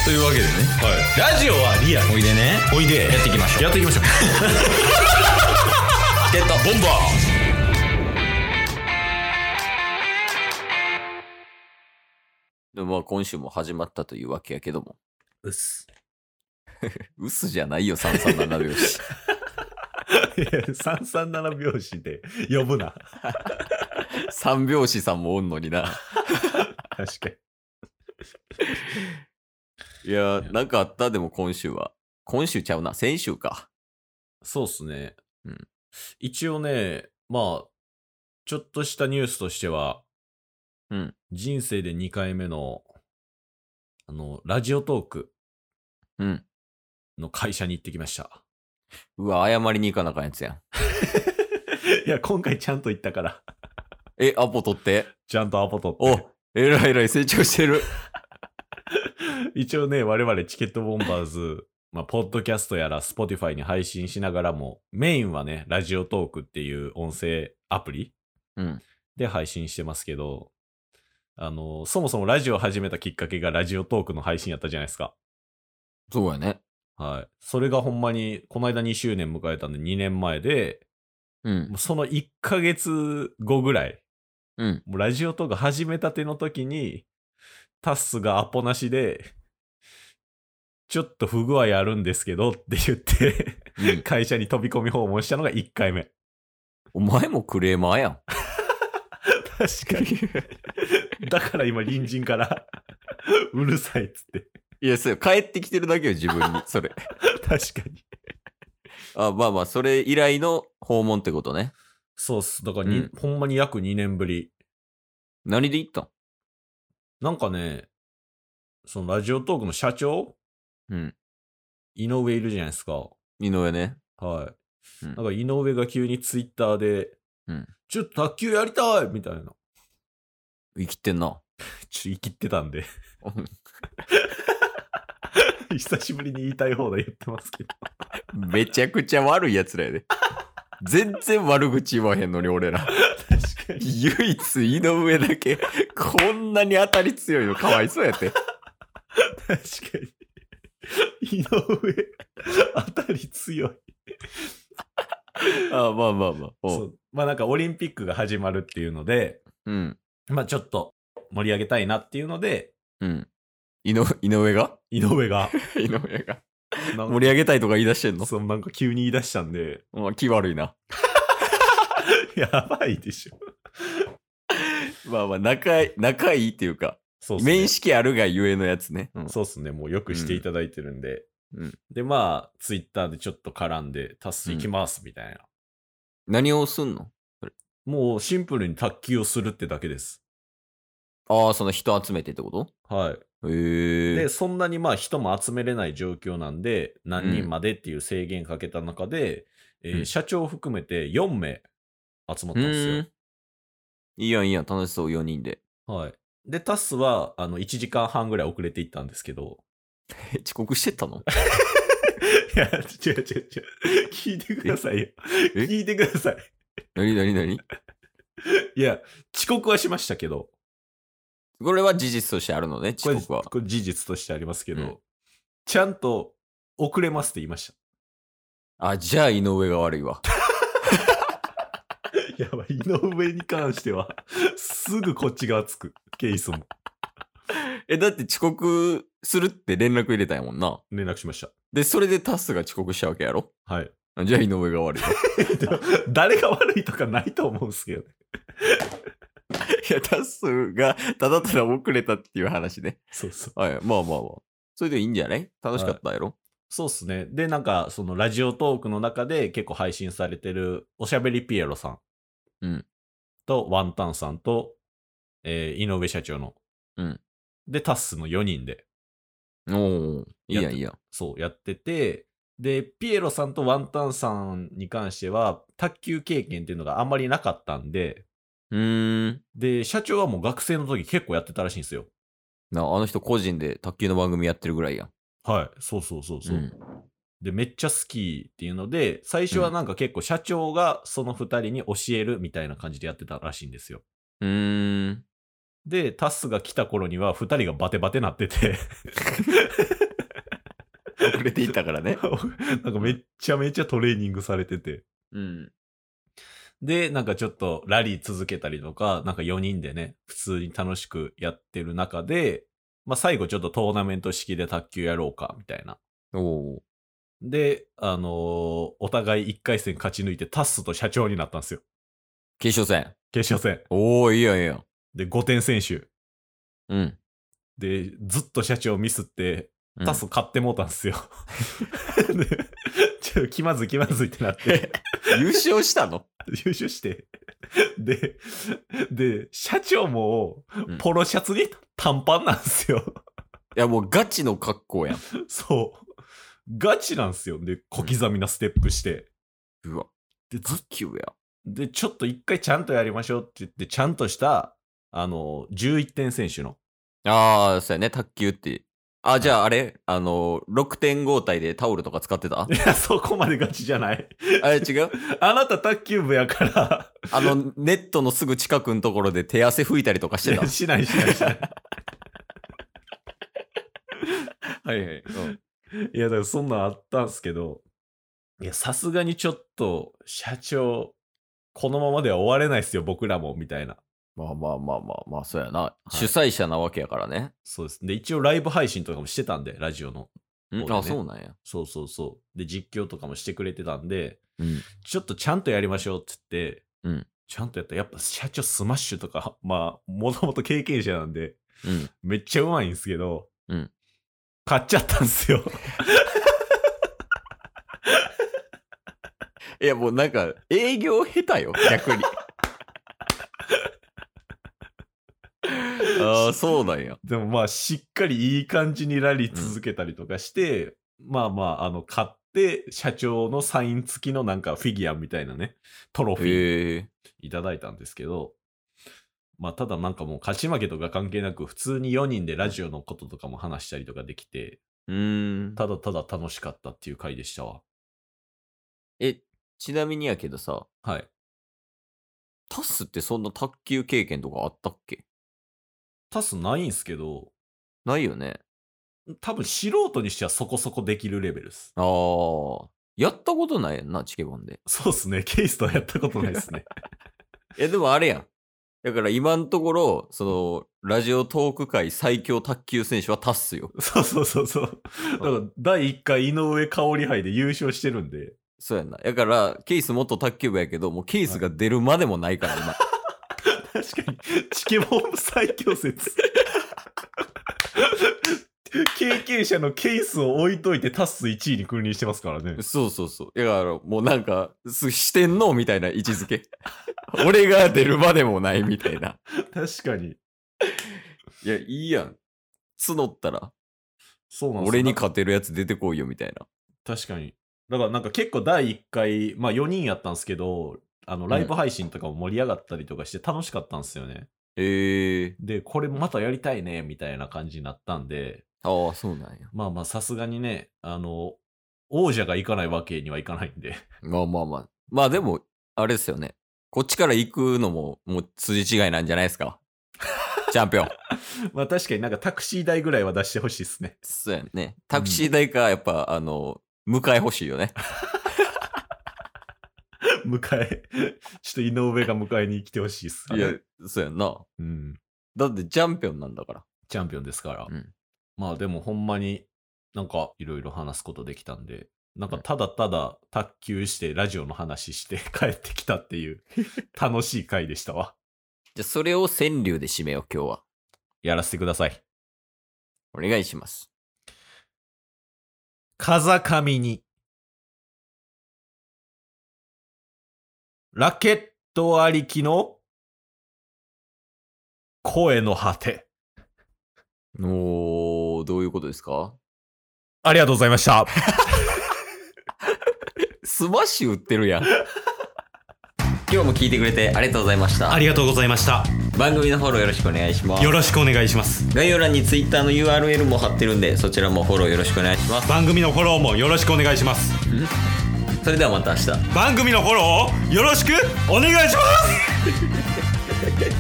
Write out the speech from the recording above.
というわけでね、 はい、ラジオはリアル。 おいでね、 おいでやっていきましょう。 やっていきましょう。 ゲットボンバー。でもまあ今週も始まったというわけやけども、 うっす。 うすじゃないよ、337拍子。 いや337拍子で呼ぶな。 三拍子さんもおんのにな。 確かに。 いやー、なんかあった。でも今週は。今週ちゃうな、先週か。 そうっすね。 うん。 一応ね、まあ、ちょっとしたニュースとしては、 うん。 人生で2回目の、ラジオトークうん。 の会社に行ってきました。 うわ、謝りに行かなあかんやつやん。 いや、今回ちゃんと行ったから。 アポ取って。 ちゃんとアポ取って。 お、えらいえらい成長してる。 一応ね、我々チケットボンバーズ、まあ、ポッドキャストやら、スポティファイに配信しながらも、メインはね、ラジオトークっていう音声アプリうん。 で配信してますけど、そもそもラジオを始めたきっかけがラジオトークの配信やったじゃないですか。 そうやね。 はい。それがほんまに、この間2周年迎えたんで2年前で、 うん。 もうその1ヶ月後ぐらい、 うん。 もうラジオトーク始めたての時に、タッスがアポなしで、ちょっと不具合あるんですけどって言ってうん、 会社に飛び込み訪問したのが1回目。 お前もクレーマーやん。 確かに。だから今隣人からうるさいっつって。 いや、そうよ。帰ってきてるだけよ、自分に。それ。 確かに。 あ、まあまあ、それ以来の訪問ってことね。 そうっす。だからうんほんまに約2年ぶり。 何で行ったん？ なんかね、そのラジオトークの社長うん。 井上いるじゃないですか。 井上ね。 はい。 うん。 なんか井上が急にツイッターで、 うん。 ちょっと卓球やりたいみたいな。 生きてんな。 生きってたんで。久しぶりに言いたい放題言ってますけど。 めちゃくちゃ悪い奴らやで。全然悪口言わへんのに、俺ら。 確かに。 唯一井上だけ、こんなに当たり強いのかわいそうやって。 確かに。井上、当たり強い。 あ、まあまあまあ。 そう。まあなんかオリンピックが始まるっていうので、 うん。 まあちょっと盛り上げたいなっていうので、 うん。井上が井上が井上が。盛り上げたいとか言い出してんの？ そう、なんか急に言い出したんで。 まあ、気悪いな。 やばいでしょ。 まあまあ、仲いいっていうか、 そうっすね。 面識あるがゆえのやつね。 そうっすね。もうよくしていただいてるんで。 うん。 で、まあ、ツイッターでちょっと絡んで、タス行きますみたいな。 何をすんの？ もうシンプルに卓球をするってだけです。 ああ、その人集めてってこと？ はい。 へえ。 で、そんなにまあ人も集めれない状況なんで、何人までっていう制限かけた中で、社長を含めて4名集まったんですよ。 いいやんいいやん、楽しそう、4人で。 はい。で、タスは、1時間半ぐらい遅れていったんですけど。 遅刻してったの？ いや、違う。聞いてくださいよ。聞いてください。 何いや、遅刻はしましたけど。 これは事実としてあるのね、遅刻は。 これ事実としてありますけど、ちゃんと遅れますって言いました。 あ、じゃあ井上が悪いわ。 やばい、井上に関しては、すぐこっち側つく、ケースも。 だって遅刻するって連絡入れたんやもんな。 連絡しました。 で、それでタスが遅刻したわけやろ？ はい。 じゃあ井上が悪いわ。 誰が悪いとかないと思うんですけどね。 いや、タスがただただ遅れたっていう話ね。 そうそう。 はい、まあ。それでいいんじゃない？楽しかったやろ？ そうっすね。で、なんか、そのラジオトークの中で結構配信されてる、おしゃべりピエロさん。 うん。 と、ワンタンさんと、井上社長の。 うん。 で、タッスの4人で。 おー、いいやん。 そう、やってて、で、ピエロさんとワンタンさんに関しては、卓球経験っていうのがあんまりなかったんで、で、社長はもう学生の時結構やってたらしいんですよ。 あの人個人で卓球の番組やってるぐらいやん。 はい。そう。で、めっちゃ好きっていうので、最初はなんか結構社長がその2人に教えるみたいな感じでやってたらしいんですよ。 で、タスが来た頃には2人がバテバテなってて遅れていったからね。 なんかめちゃめちゃトレーニングされてて。 うん。 で、なんかちょっとラリー続けたりとか、なんか4人でね、普通に楽しくやってる中で、まあ最後ちょっとトーナメント式で卓球やろうか、みたいな。 おー。 で、お互い1回戦勝ち抜いてタッスと社長になったんですよ。 決勝戦。 決勝戦。 おー、いいやんいいやん。 で、5点選手。 うん。 で、ずっと社長ミスって、タス勝ってもうたんですよ。で、ちょっと気まずいってなって。 優勝したの？ 優勝して。で、社長も、ポロシャツに短パンなんですよ。 いや、もうガチの格好やん。 そう。ガチなんですよ。で、小刻みなステップして。 うわ。 で、 卓球や。 で、ちょっと一回ちゃんとやりましょうって言って、ちゃんとした、11点選手の。 ああ、そうやね、卓球って。あ、じゃああれ6.5 体でタオルとか使ってた？ いや、そこまでガチじゃない。 あれ違う？ あなた卓球部やから。 ネットのすぐ近くのところで手汗拭いたりとかしてた？ しない。 はいはい。うん、 いや、だからそんなんあったんすけど、いや、さすがにちょっと、社長、このままでは終われないっすよ、僕らも、みたいな。 まあ、そうやな、はい。主催者なわけやからね。 そうです。で、一応ライブ配信とかもしてたんで、ラジオの、 ね。あ、そうなんや。 そう。で、実況とかもしてくれてたんで、 うん、 ちょっとちゃんとやりましょうって言って、 うん、 ちゃんとやったら、やっぱ社長スマッシュとか、まあ、もともと経験者なんで、 うん、 めっちゃうまいんですけど、 うん、 買っちゃったんすよ。 いや、もうなんか、営業下手よ、逆に。ああ、そうなんや。 でもまあ、しっかりいい感じにラリー続けたりとかして、まあ、買って、社長のサイン付きのなんかフィギュアみたいなね、トロフィーいただいたんですけど、まあ、ただなんかもう勝ち負けとか関係なく、普通に4人でラジオのこととかも話したりとかできて、ただただ楽しかったっていう回でしたわ。 ちなみにやけどさ、 はい。 タスってそんな卓球経験とかあったっけ？ タスないんすけど、 ないよね。 多分素人にしてはそこそこできるレベルです。 ああ、やったことないやんな、チケボンで。 そうっすね。ケイスとはやったことないですね。 でもあれやん。だから今のところ、ラジオトーク界最強卓球選手はタスよ。 そう。だから第1回井上香織杯で優勝してるんで。 そうやんな。だから、ケイス元卓球部やけど、もうケイスが出るまでもないから、今。 確かに、チケボン最強説。経験者のケースを置いといてタッス1位に君臨してますからね。 そう。だからもうなんか、四天王みたいな位置づけ。俺が出るまでもないみたいな。 確かに。 いや、いいやん。募ったら。 そうなんです。 俺に勝てるやつ出てこいよみたいな。 確かに。だからなんか結構第1回、まあ4人やったんですけど、ライブ配信とかも盛り上がったりとかして楽しかったんですよね。で、これまたやりたいね、みたいな感じになったんで。 ああ、そうなんや。 まあ、さすがにね、王者が行かないわけにはいかないんで。 まあ。まあでも、あれですよね。こっちから行くのも、もう筋違いなんじゃないですか。チャンピオン。 まあ確かになんかタクシー代ぐらいは出してほしいですね。 そうやね。タクシー代か、やっぱ、迎え欲しいよね。 ちょっと井上が迎えに来てほしいっす、 ね。いや、そうやんな。だってチャンピオンなんだから。 チャンピオンですから。まあでもほんまになんかいろいろ話すことできたんで、なんかただただ卓球してラジオの話して帰ってきたっていう楽しい回でしたわ。 じゃあそれを川柳で締めよう、今日は。 やらせてください。 お願いします。 風上にラケットありきの声の果て。 どういうことですか？ ありがとうございました。 スマッシュ売ってるやん。今日も聞いてくれてありがとうございました。 ありがとうございました。 番組のフォローよろしくお願いします。 よろしくお願いします。 概要欄に Twitter の URL も貼ってるんで、そちらもフォローよろしくお願いします。 番組のフォローもよろしくお願いします。 それではまた明日。 番組のフォローをよろしくお願いします。